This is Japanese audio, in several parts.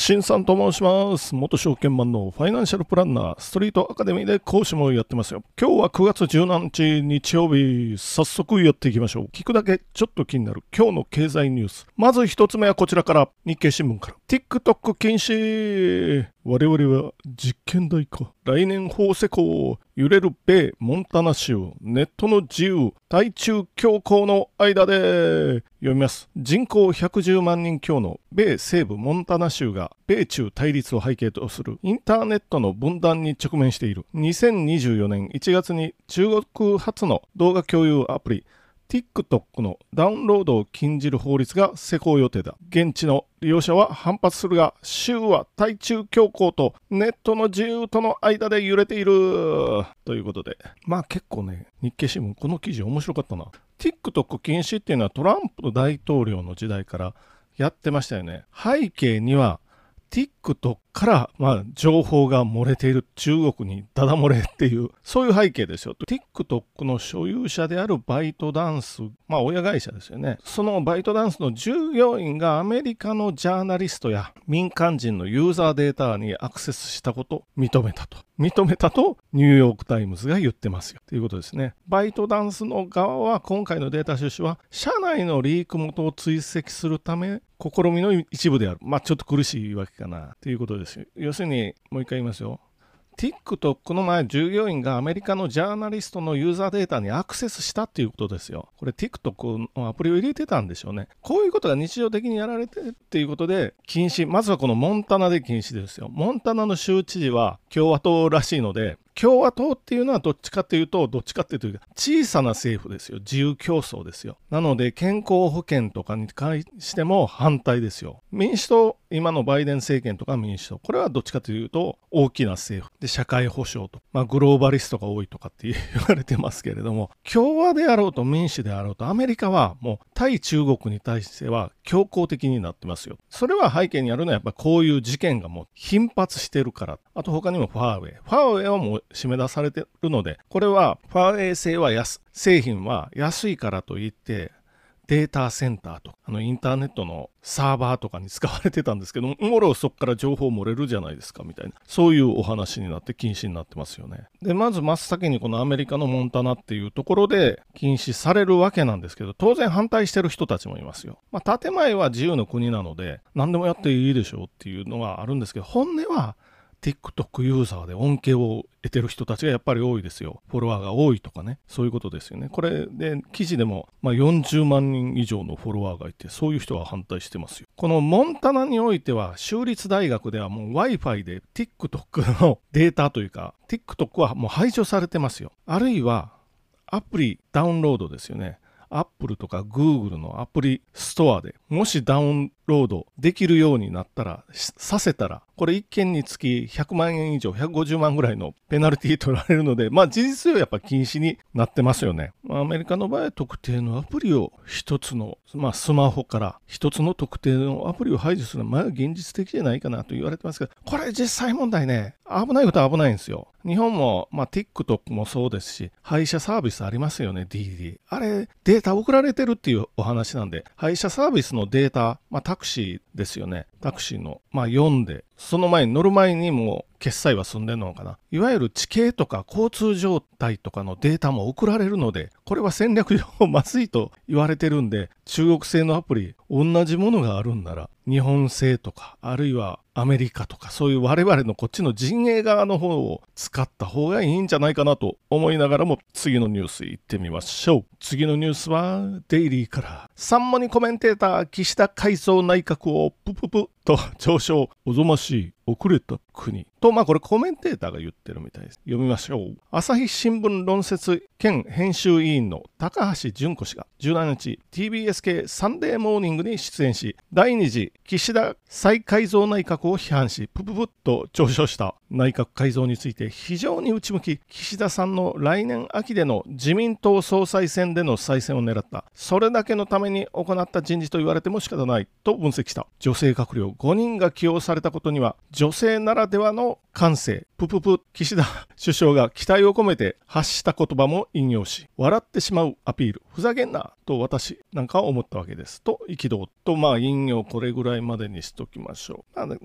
新さんと申します。元証券マンのファイナンシャルプランナー、ストリートアカデミーで講師もやってますよ。今日は9月17日日曜日、早速やっていきましょう。聞くだけちょっと気になる今日の経済ニュース。まず一つ目はこちらから、日経新聞から。TikTok 禁止。我々は実験台か。来年法施行。揺れる米モンタナ州。ネットの自由。対中強硬の間で。読みます。人口110万人強の米西部モンタナ州が米中対立を背景とするインターネットの分断に直面している。2024年1月に中国発の動画共有アプリTikTok のダウンロードを禁じる法律が施行予定だ。現地の利用者は反発するが、州は対中強硬とネットの自由との間で揺れている。ということで。まあ結構ね、日経新聞この記事面白かったな。TikTok 禁止っていうのはトランプ大統領の時代からやってましたよね。背景にはTikTok から情報が漏れている、中国にダダ漏れっていうそういう背景ですよ。TikTok の所有者であるバイトダンス、親会社ですよね。そのバイトダンスの従業員がアメリカのジャーナリストや民間人のユーザーデータにアクセスしたことを認めたとニューヨークタイムズが言ってますよということですね。バイトダンスの側は今回のデータ収集は社内のリーク元を追跡するため試みの一部である。ちょっと苦しいわけかなということですよ。要するにもう一回言いますよ。TikTok の従業員がアメリカのジャーナリストのユーザーデータにアクセスしたっていうことですよ。これ TikTok のアプリを入れてたんでしょうね。こういうことが日常的にやられてるっていうことで禁止。まずはこのモンタナで禁止ですよ。モンタナの州知事は共和党らしいので、共和党っていうのはどっちかっていうと小さな政府ですよ。自由競争ですよ。なので健康保険とかに関しても反対ですよ。民主党、今のバイデン政権とか民主党、これはどっちかというと大きな政府で社会保障と、グローバリストが多いとかって言われてますけれども、共和であろうと民主であろうとアメリカはもう対中国に対しては強硬的になってますよ。それは背景にあるのはやっぱりこういう事件がもう頻発してるから。あと他にもファーウェイはもう締め出されてるので、これはファーウェイ製品は安いからといってデータセンターとインターネットのサーバーとかに使われてたんですけども、そこから情報漏れるじゃないですかみたいな、そういうお話になって禁止になってますよね。で、まず真っ先にこのアメリカのモンタナっていうところで禁止されるわけなんですけど、当然反対してる人たちもいますよ。建前は自由の国なので何でもやっていいでしょうっていうのがあるんですけど、本音はTikTok ユーザーで恩恵を得てる人たちがやっぱり多いですよ。フォロワーが多いとかね、そういうことですよね。これで記事でも40万人以上のフォロワーがいて、そういう人は反対してますよ。このモンタナにおいては州立大学ではもう Wi-Fi で TikTok のデータというか TikTok はもう排除されてますよ。あるいはアプリダウンロードですよね。Apple とか Google のアプリストアでもしダウンロードできるようになったら、させたら、これ1件につき100万円以上、150万ぐらいのペナルティ取られるので、事実上やっぱ禁止になってますよね。アメリカの場合は特定のアプリを一つの、スマホから一つの特定のアプリを排除するのは現実的じゃないかなと言われてますけど、これ実際問題ね、危ないことは危ないんですよ。日本も、TikTok もそうですし、配車サービスありますよね、DD。あれ、データ送られてるっていうお話なんで、配車サービスのデータ、タクシーですよね。タクシーの、読んで、その前に乗る前にもう決済は済んでるのかな。いわゆる地形とか交通状態とかのデータも送られるので、これは戦略上まずいと言われてるんで、中国製のアプリ、同じものがあるんなら、日本製とか、あるいはアメリカとか、そういう我々のこっちの陣営側の方を使った方がいいんじゃないかなと思いながらも、次のニュース行ってみましょう。次のニュースはデイリーから。サンモニコメンテーター岸田改造内閣をプププと上昇。おぞましい遅れた国と、これコメンテーターが言ってるみたいです。読みましょう。朝日新聞論説兼編集委員の高橋純子氏が17日 TBS 系サンデーモーニングに出演し、第2次岸田再改造内閣を批判し、プププッと上昇した内閣改造について非常に内向き、岸田さんの来年秋での自民党総裁選での再選を狙った、それだけのために行った人事と言われても仕方ないと分析した。女性閣僚5人が起用されたことには女性ならではの感性、プププ岸田首相が期待を込めて発した言葉も引用し、笑ってしまうアピール、ふざけんなと私なんかは思ったわけですと憤と、引用これぐらいまでにしときましょう。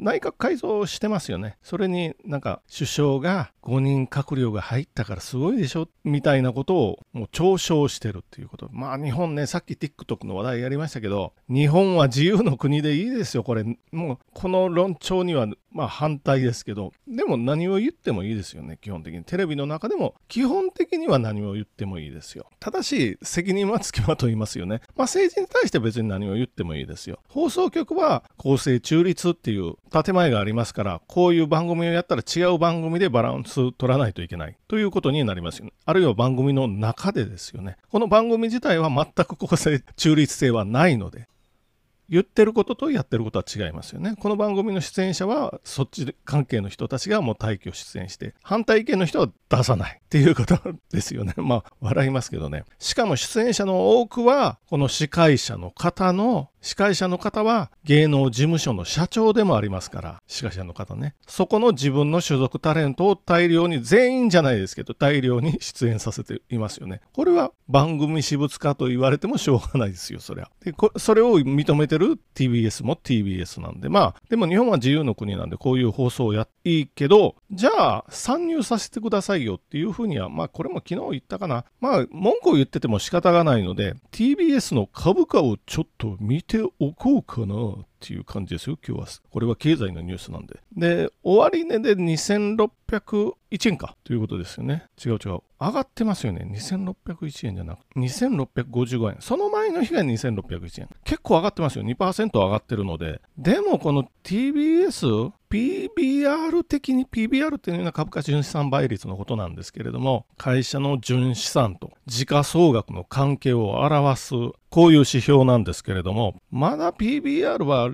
内閣改造してますよね。それになんか首相が5人閣僚が入ったからすごいでしょみたいなことをもう嘲笑してるっていうこと。まあ日本ね、さっき TikTok の話題やりましたけど、日本は自由の国でいいですよ。これもうこの論調にはまあ反対ですけど、でも何を言ってもいいですよね。基本的にテレビの中でも基本的には何を言ってもいいですよ。ただし責任はつきまといますよね。まあ政治に対して別に何を言ってもいいですよ。放送局は公正中立っていう建前がありますから、こういう番組をやったら違う番組でバランス取らないといけないということになりますよね。あるいは番組の中でですよね。この番組自体は全く公正中立性はないので、言ってることとやってることは違いますよね。この番組の出演者はそっち関係の人たちがもう大挙出演して、反対意見の人は出さないっていうことですよね。まあ笑いますけどね。しかも出演者の多くはこの司会者の方は芸能事務所の社長でもありますから、司会者の方ね、そこの自分の所属タレントを大量に、全員じゃないですけど大量に出演させていますよね。これは番組私物化と言われてもしょうがないですよ、そりゃ。でそれを認めてる TBS も TBS なんで、まあでも日本は自由の国なんでこういう放送をいいけど、じゃあ参入させてくださいよっていうふうには、まあこれも昨日言ったかな、まあ文句を言ってても仕方がないので TBS の株価をちょっと見ておこうかなっていう感じですよ、今日は。これは経済のニュースなんで。で、終値で2601円かということですよね。違う。上がってますよね。2601円じゃなく2655円。その前の日が2601円。結構上がってますよ。2% 上がってるので。でもこの TBS、PBR 的に PBR っていうのは株価純資産倍率のことなんですけれども、会社の純資産と時価総額の関係を表すこういう指標なんですけれども、まだ PBR は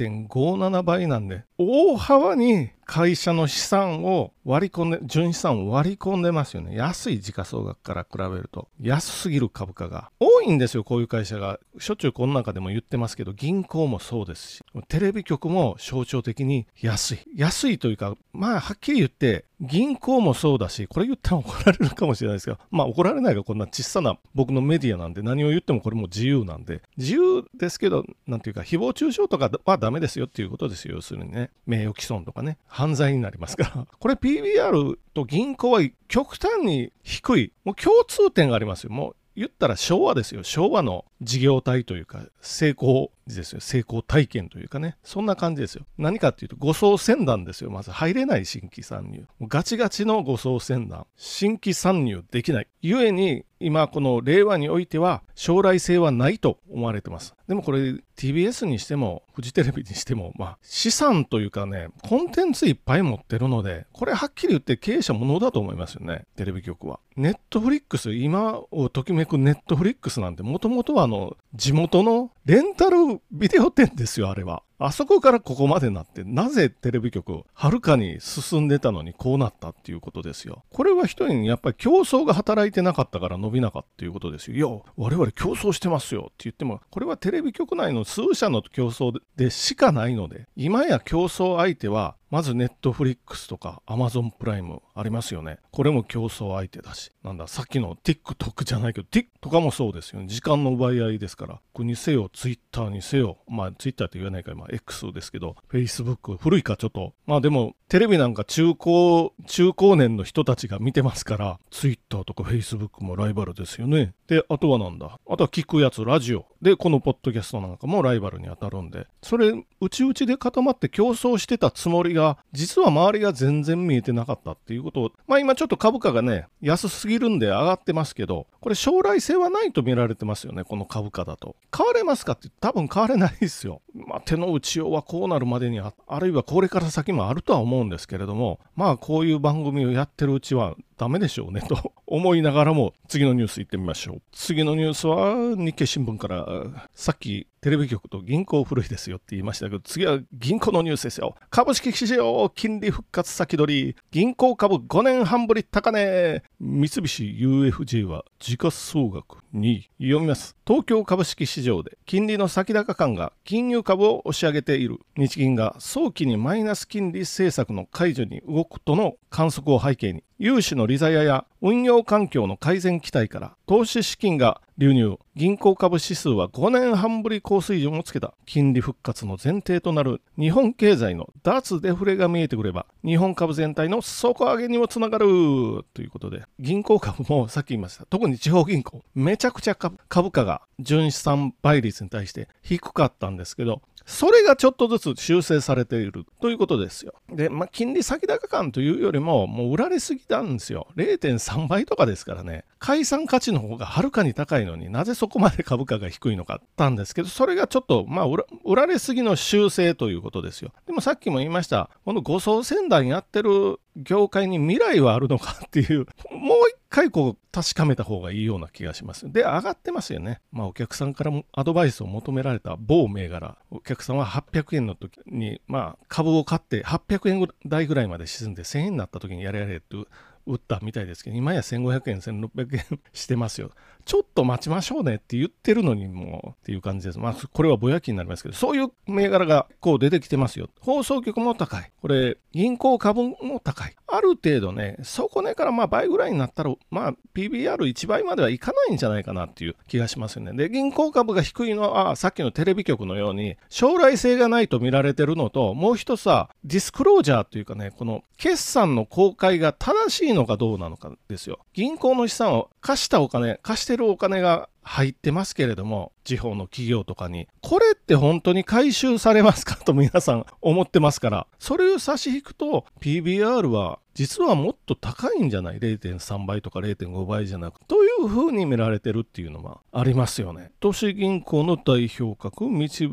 0.57 倍なんで、大幅に会社の資産を割り込んで、純資産を割り込んでますよね。安い時価総額から比べると安すぎる株価が多いんですよ。こういう会社がしょっちゅうこの中でも言ってますけど、銀行もそうですし、テレビ局も象徴的に安いというか、まあはっきり言って銀行もそうだし、これ言ったら怒られるかもしれないですが、まあ怒られないがこんな小さな僕のメディアなんで、何を言ってもこれも自由なんで、自由ですけど、なんていうか誹謗中傷とかはダメですよっていうことですよ。要するにね、名誉毀損とかね、犯罪になりますからこれ PBR と銀行は極端に低い、もう共通点がありますよ。もう言ったら昭和ですよ。昭和の事業体というか成功ですよ。成功体験というかね、そんな感じですよ。何かっていうと護送船団ですよ。まず入れない新規参入、ガチガチの護送船団、新規参入できない、ゆえに今この令和においては将来性はないと思われてます。でもこれ TBS にしてもフジテレビにしても、まあ資産というかね、コンテンツいっぱい持ってるので、これはっきり言って経営者ものだと思いますよね。テレビ局はネットフリックス、今をときめくネットフリックスなんてもともとは地元のレンタルビデオ店ですよ。あれはあそこからここまでなって、なぜテレビ局はるかに進んでたのにこうなったっていうことですよ。これは一人にやっぱり競争が働いてなかったから伸びなかったっていうことですよ。いや我々競争してますよって言っても、これはテレビ局内の数社の競争でしかないので、今や競争相手はまずネットフリックスとかアマゾンプライムありますよね。これも競争相手だし、なんださっきの TikTok じゃないけど Tik とかもそうですよね。時間の奪い合いですから、国にせよツイッターにせよ、まあツイッターって言わないから、まあ X ですけど、Facebook 古いかちょっと、まあでもテレビなんか中高年の人たちが見てますから、ツイッターとか Facebook もライバルですよね。であとはなんだ、あとは聞くやつラジオで、このポッドキャストなんかもライバルに当たるんで、それ内々で固まって競争してたつもりが、実は周りが全然見えてなかったっていうことを、まあ今ちょっと株価がね安すぎるんで上がってますけど、これ将来性はないと見られてますよね。この株価だと買われますかって多分買われないですよ。まあ手の打ちようはこうなるまでに あるいはこれから先もあるとは思うんですけれども、まあこういう番組をやってるうちはダメでしょうねと思いながらも、次のニュース行ってみましょう。次のニュースは日経新聞から、さっきテレビ局と銀行古いですよって言いましたけど、次は銀行のニュースですよ。株式市場金利復活先取り、銀行株5年半ぶり高値、三菱 UFJ は時価総額2位。読みます。東京株式市場で金利の先高感が金融株を押し上げている。日銀が早期にマイナス金利政策の解除に動くとの観測を背景に、融資の利ざやや運用環境の改善期待から投資資金が流入。銀行株指数は5年半ぶり高水準をつけた。金利復活の前提となる日本経済の脱デフレが見えてくれば、日本株全体の底上げにもつながるということで、銀行株もさっき言いました。特に地方銀行、めちゃくちゃ株価が純資産倍率に対して低かったんですけど、それがちょっとずつ修正されているということですよ。で、金利先高感というよりも、もう売られすぎたんですよ。0.3 倍とかですからね。解散価値の方がはるかに高いのになぜそこまで株価が低いのかったんですけど、それがちょっと、売られすぎの修正ということですよ。でもさっきも言いました、この護送船団やってる業界に未来はあるのかっていう、もう一回確かめた方がいいような気がします。で、上がってますよね。お客さんからもアドバイスを求められた某銘柄、お客さんは800円の時に、株を買って800円台ぐらいまで沈んで1000円になった時にやれって売ったみたいですけど、今や1500円、1600円してますよ。ちょっと待ちましょうねって言ってるのにもっていう感じです。これはぼやきになりますけど、そういう銘柄が出てきてますよ。放送局も高い。これ、銀行株も高い。ある程度ね、底値から倍ぐらいになったら、PBR1 倍まではいかないんじゃないかなっていう気がしますよね。で、銀行株が低いのは、さっきのテレビ局のように、将来性がないと見られてるのと、もう一つは、ディスクロージャーというかね、この決算の公開が正しいのかどうなのかですよ。銀行の資産を貸してるお金が入ってますけれども、地方の企業とかに、これって本当に回収されますかと皆さん思ってますから、それを差し引くと PBR は実はもっと高いんじゃない 0.3 倍とか 0.5 倍じゃなくというふうに見られてるっていうのはありますよね。都市銀行の代表格三菱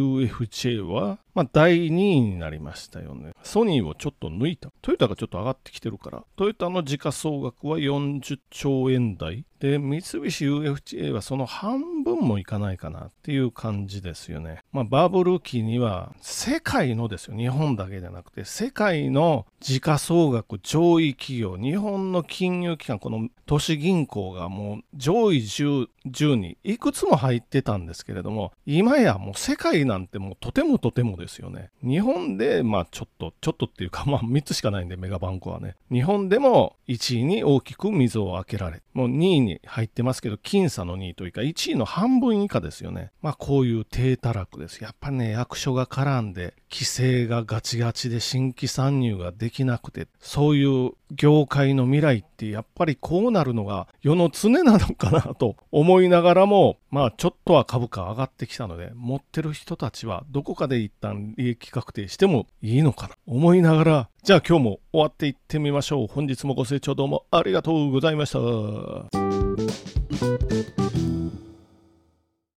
UFJ は第2位になりましたよね。ソニーをちょっと抜いた。トヨタがちょっと上がってきてるから、トヨタの時価総額は40兆円台で、三菱 UFJ はその半分もいかないかなっていう感じですよね。バブル期には世界のですよ、日本だけじゃなくて世界の時価総額上位企業、日本の金融機関、この都市銀行がもう上位10にいくつも入ってたんですけれども、今やもう世界なんてもうとてもですよね。日本でちょっとっていうか3つしかないんで、メガバンクはね、日本でも1位に大きく水を開けられ、もう2位に入ってますけど、僅差の2位というか1位の半分以下ですよね。こういう低たらくです。やっぱね、役所が絡んで規制がガチガチで新規参入ができなくて、そういう業界の未来ってやっぱりこうなるのが世の常なのかなと思いながらも、ちょっとは株価上がってきたので、持ってる人たちはどこかで一旦利益確定してもいいのかな思いながら、じゃあ今日も終わっていってみましょう。本日もご清聴どうもありがとうございました。